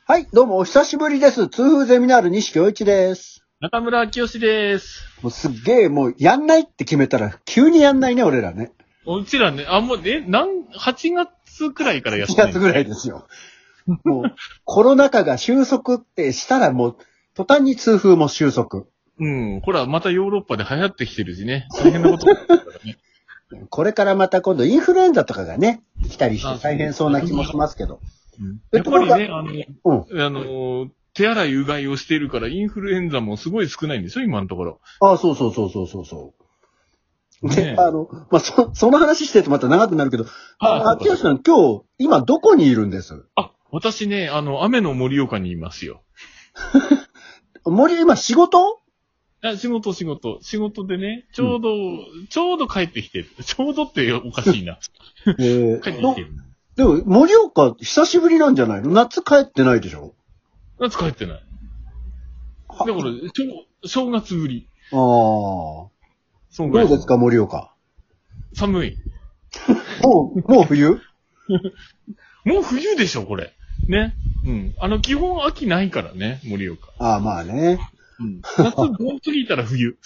はい、どうもお久しぶりです。痛風ゼミナール西京一です。 中村明義です。 もうすっげえ、もうやんないって決めたら急にやんないね、俺らね。 うちらね、もう、8月くらいからやって 7月ぐらいですよ。もう、コロナ禍が収束ってしたらもう、途端に痛風も収束。 うん。ほら、またヨーロッパで流行ってきてるしね。大変なことだからね。 これからまた今度インフルエンザとかがね、来たりして大変そうな気もしますけど。 やっぱりね、手洗いうがいをしているから、インフルエンザもすごい少ないんですよ、今のところ。 そう。で、その話してるとまた長くなるけど、秋吉さん、今日、今どこにいるんです？ 私ね、雨の盛岡にいますよ。 今仕事？ 仕事でね、ちょうど帰ってきてる。ちょうどっておかしいな。帰ってきてる。 でも、盛岡、久しぶりなんじゃないの？夏帰ってないでしょ？ 夏帰ってない。だから、正月ぶり。 どうですか、盛岡。 寒い。 もう冬もう冬でしょ、これ。ね。うん。基本秋ないからね、盛岡。 まあね。 うん。夏、盆過ぎたら冬。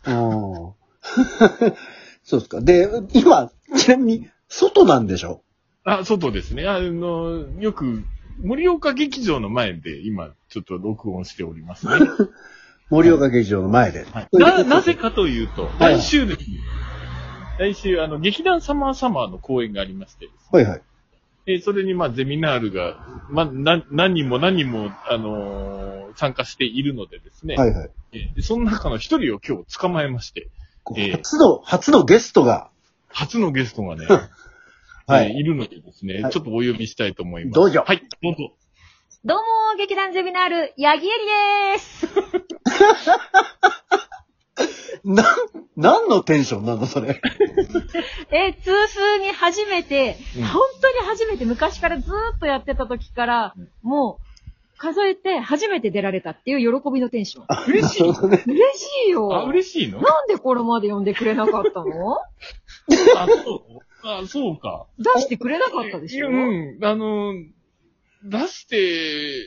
そうですか。で、今、ちなみに、外なんでしょ？ 外ですね。よく、盛岡劇場の前で今、ちょっと録音しておりますね。 盛岡劇場の前で。 はい、なぜかというと、来週ですね。来週、劇団サマーの公演がありまして、 はいはい。 それに、ゼミナールが、何人も、参加しているのでですね。 はいはい。 その中の一人を今日捕まえまして。 初のゲストが。 初のゲストがね、 はい。 いるのでですね、ちょっとお呼びしたいと思います。 どうぞ。 はい、どうぞ。 どうも、劇団ゼミナール、ヤギエリです。 何のテンションなのそれ。 痛風に初めて、本当に初めて、昔からずーっとやってた時から、もう、数えて初めて出られたっていう喜びのテンション。 嬉しい、 嬉しいよ。 嬉しいの？ なんでこれまで呼んでくれなかったの？ そうか。 出してくれなかったでしょ？ 出して、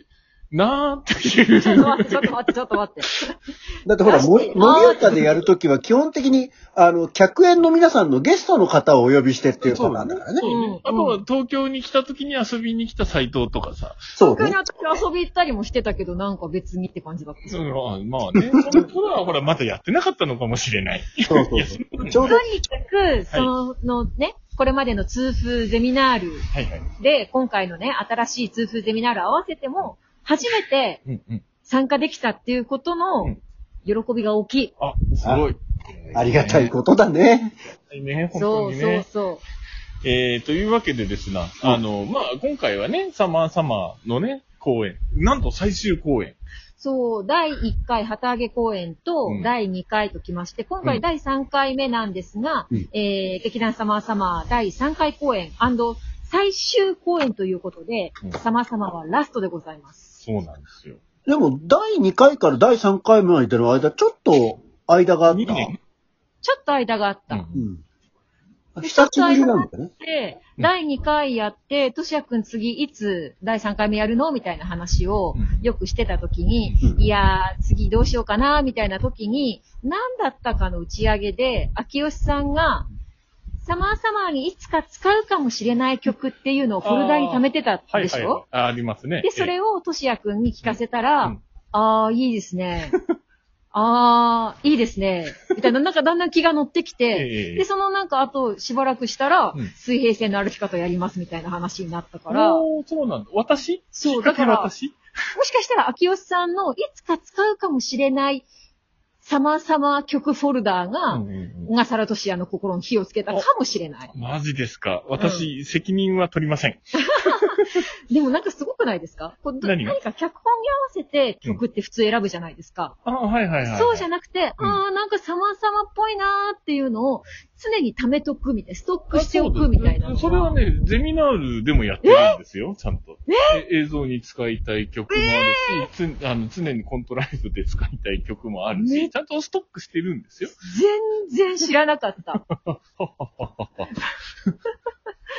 なーっていう。 ちょっと待って。 だってほら、盛岡でやるときは基本的に、客演の皆さんのゲストの方をお呼びしてっていうパターンだからね。 そうね。あとは東京に来た時に遊びに来た斎藤とかさ。 そうね。 東京に遊び行ったりもしてたけど、なんか別にって感じだった。 まあね。それはほら、まだやってなかったのかもしれない。 そう。 とにかく、これまでの痛風ゼミナールで、今回のね、新しい痛風ゼミナール合わせても、初めて参加できたっていうことの喜びが大きい。 すごい。 ありがたいことだね。 本当にね。 そう。 というわけでですな、今回はね、サマーのね、公演。なんと最終公演。 そう、第1回旗揚げ公演と第2回ときまして、今回第3回目なんですが、劇団サマー第3回公演&最終公演ということで、サマーはラストでございます。 そうなんですよ。 でも、第2回から第3回目までの間、ちょっと間があった。 ちょっと間があった。 久しぶりなんだね。 で、第2回やって、としやくん次いつ第3回目やるのみたいな話をよくしてた時に、いやー、次どうしようかなみたいな時に、何だったかの打ち上げで、秋吉さんが、サマーにいつか使うかもしれない曲っていうのをフォルダに貯めてたでしょ？ ありますね。 で、それをとしやくんに聞かせたら、いいですね。いいですね。みたいな、なんかだんだん気が乗ってきて、で、あとしばらくしたら、水平線の歩き方やりますみたいな話になったから。 そうなんだ。私？ そう、だから、もしかしたら秋吉さんのいつか使うかもしれないサマー曲フォルダーが、小笠原俊也の心に火をつけたかもしれない。 マジですか。私、責任は取りません。 でもなんかすごくないですか？何か脚本に合わせて曲って普通選ぶじゃないですか。そうじゃなくて、なんかサマーっぽいなーっていうのを常に貯めとくみたいな、ストックしておくみたいな。 それはね、ゼミナールでもやってるんですよ、ちゃんと。映像に使いたい曲もあるし、常にコントライブで使いたい曲もあるし、ちゃんとストックしてるんですよ。 全然知らなかった。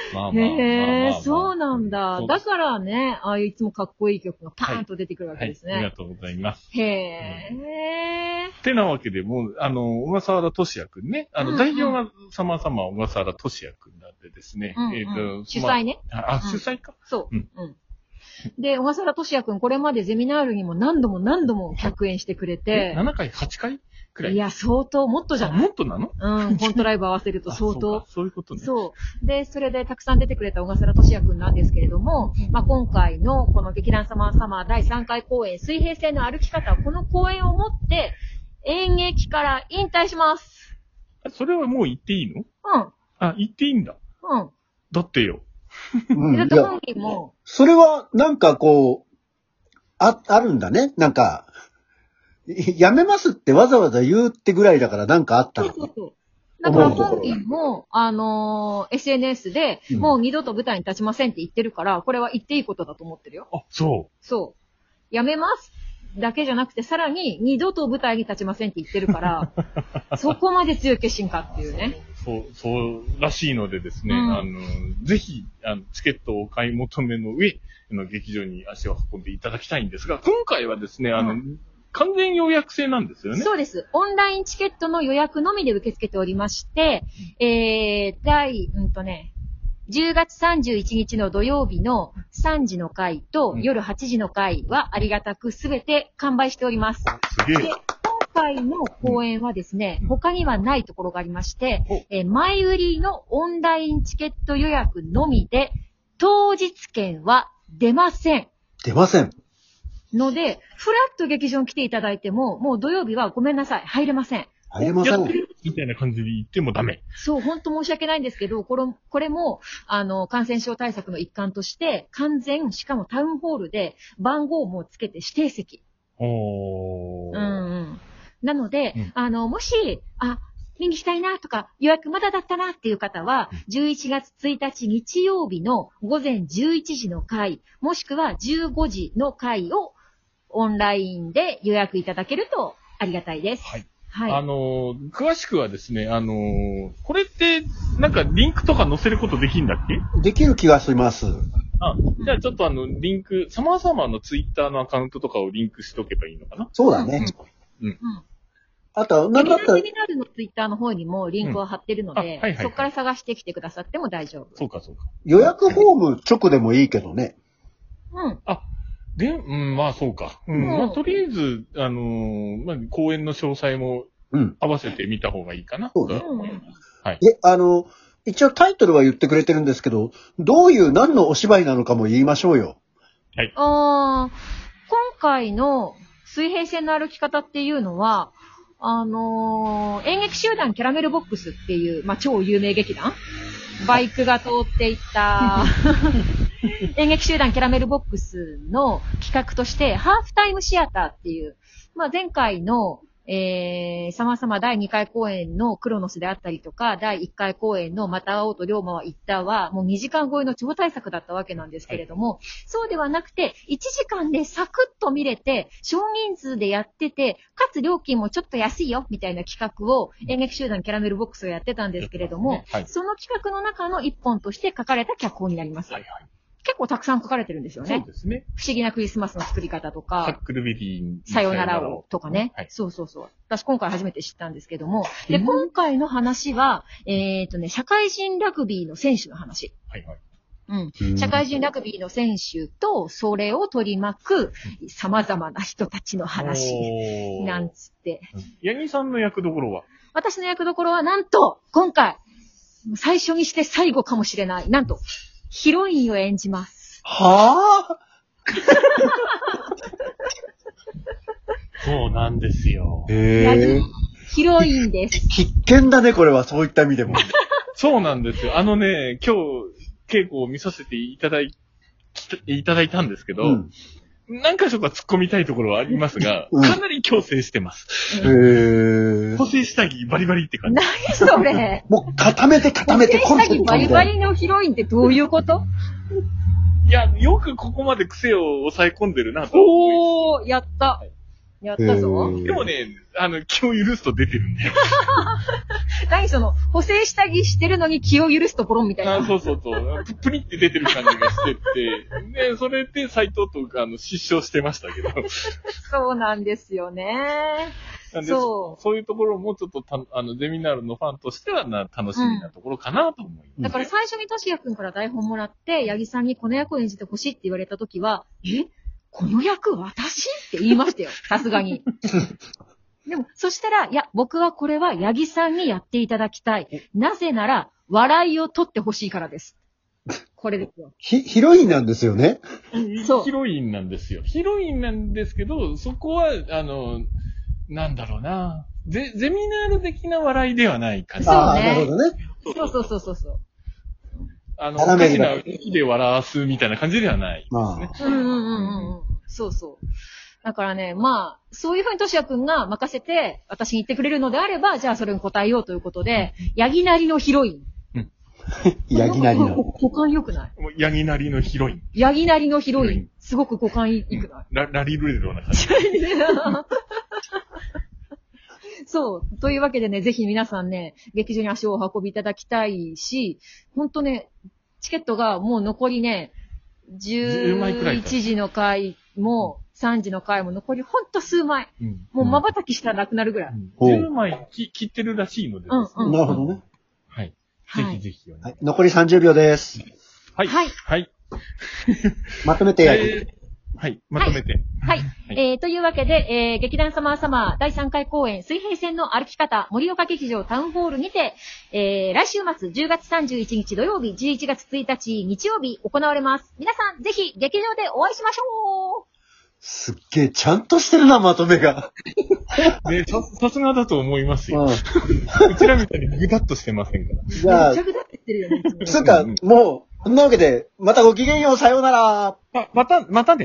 まあまあ。 へえ、そうなんだそ。うだからね、ああいういつもかっこいい曲がパーンと出てくるわけですね。 はい、ありがとうございます。 へえ。 てなわけで、もう、小笠原俊也くんね。代表が様々小笠原俊也くんなんでですね。 主催ね。 主催か。 そう。で、小笠原俊也くん、これまでゼミナールにも何度も客演してくれて。 7回、8回くらい。 いや、相当、もっとじゃない？ もっとなの？ コントライブ合わせると相当。 そういうことね。 そう。で、それでたくさん出てくれた小笠原俊也くんなんですけれども、今回のこの劇団サマーサマー第3回公演、水平線の歩き方、この公演をもって、演劇から引退します。 それはもう言っていいの？言っていいんだ。だってよ。 だって本人も。 それは、なんかこう、あるんだね。なんか、やめますってわざわざ言うってぐらいだからなんかあったの。そう。 だから本人も、SNS で、もう二度と舞台に立ちませんって言ってるから、これは言っていいことだと思ってるよ。 そう。 そう。やめますだけじゃなくて、さらに二度と舞台に立ちませんって言ってるから、そこまで強い決心かっていうね。 そうらしいのでですね、ぜひ、チケットをお買い求めの上、劇場に足を運んでいただきたいんですが、今回はですね、完全予約制なんですよね。 そうです。オンラインチケットの予約のみで受け付けておりまして、10月31日の土曜日の3時の回と夜8時の回はありがたくすべて完売しております。 すげえ。 今回の公演はですね、他にはないところがありまして、前売りのオンラインチケット予約のみで、当日券は出ません。 出ません。 ので、フラッと劇場に来ていただいても、もう土曜日はごめんなさい、入れません。 入れません。 みたいな感じで言ってもダメ。 そう、本当申し訳ないんですけど、これも、感染症対策の一環として、完全、しかもタウンホールで番号もつけて指定席。なので、もし、見に行きたいなとか、予約まだだったなっていう方は、11月1日日曜日の午前11時の回、もしくは15時の回をオンラインで予約いただけるとありがたいです。 はい。詳しくはですね、これって、なんかリンクとか載せることできるんだっけ？ できる気がします。 じゃあちょっとリンク、サマーサマーのツイッターのアカウントとかをリンクしとけばいいのかな？ そうだね。あと、 なんだったら。セミナールのツイッターの方にもリンクを貼ってるので、そこから探してきてくださっても大丈夫。 そうか。 予約フォーム直でもいいけどね。 まあそうか。とりあえず、公演の詳細も合わせて見た方がいいかな。 そうね。 はい。 一応タイトルは言ってくれてるんですけど、何のお芝居なのかも言いましょうよ。 はい。 今回の水平線の歩き方っていうのは、演劇集団キャラメルボックスっていう、超有名劇団？バイクが通っていった演劇集団キャラメルボックスの企画として、ハーフタイムシアターっていう、前回の、様々第2回公演のクロノスであったりとか、第1回公演のまた会おうと龍馬は言ったは、もう2時間超えの超大作だったわけなんですけれども、そうではなくて、1時間でサクッと見れて、少人数でやってて、かつ料金もちょっと安いよ、みたいな企画を演劇集団キャラメルボックスがやってたんですけれども、その企画の中の一本として書かれた脚本になります。結構たくさん書かれてるんですよね。 そうですね。 不思議なクリスマスの作り方とか、 ハックルベリーさよならをとかね。そう。私今回初めて知ったんですけども、で、今回の話は、社会人ラグビーの選手の話。社会人ラグビーの選手と、それを取り巻く様々な人たちの話。なんつって。 ヤギさんの役どころは？ 私の役どころは、なんと、今回、最初にして最後かもしれない。なんと、ヒロインを演じます。 はぁそうなんですよ。 ヒロインです。 必見だね、これは、そういった意味でも。 そうなんですよ。今日、稽古を見させていただいたんですけど、何箇所か突っ込みたいところはありますが、かなり矯正してます。補正下着バリバリって感じ。 何それもう固めて、 補正下着バリバリのヒロインってどういうこと？ いや、よくここまで癖を抑え込んでるなと。 やった。 やったぞ。 でもね、気を許すと出てるんだよ。 何その、補正下着してるのに気を許すところみたいな。 そう。プリって出てる感じがしてて、で、それで斎藤と失笑してましたけど。 そうなんですよね。 なんでそういうところもちょっとゼミナールのファンとしては楽しみなところかなと思います。 だから最初にとしやくんから台本もらって、八木さんにこの役を演じてほしいって言われたときは、この役私って言いましたよ。さすがに。でも、そしたら、いや、僕はこれは八木さんにやっていただきたい。なぜなら、笑いを取ってほしいからです。これですよ。 ヒロインなんですよね。 そう。 ヒロインなんですよ。ヒロインなんですけど、そこは、なんだろうな。ゼミナール的な笑いではない感じ。 そうね。 なるほどね。 そう。 おかしな息で笑わすみたいな感じではないですね。 そう。だからね、まあ、そういうふうにとしやくんが任せて、私に言ってくれるのであれば、じゃあそれに答えようということで、ヤギなりのヒロイン。 ヤギなりの。 股間良くない？ ヤギなりのヒロイン。 ヤギなりのヒロイン。すごく股間良くない？ ラリルレロな感じ。 そう。というわけでね、ぜひ皆さんね、劇場に足をお運びいただきたいし、ほんとね、チケットがもう残りね、11時の回も、3時の回も残りほんと数枚。もう瞬きしたらなくなるぐらい。 10枚切ってるらしいのでですね。なるほどね。 はい。ぜひ。 はい。残り30秒です。 はい。 まとめてやる。 はい。まとめて。 はい。というわけで、劇団サマーサマー第3回公演、水平線の歩き方、盛岡劇場タウンホールにて、来週末10月31日土曜日、11月1日日曜日行われます。皆さん、ぜひ劇場でお会いしましょう。 すっげえ、ちゃんとしてるな、まとめが。 ね、さすがだと思いますよ。うちらみたいにぐだっとしてませんから。 じゃあ、めっちゃぐだって言ってるよね。 つうか、もう、そんなわけで、またごきげんよう、さようなら。 またね。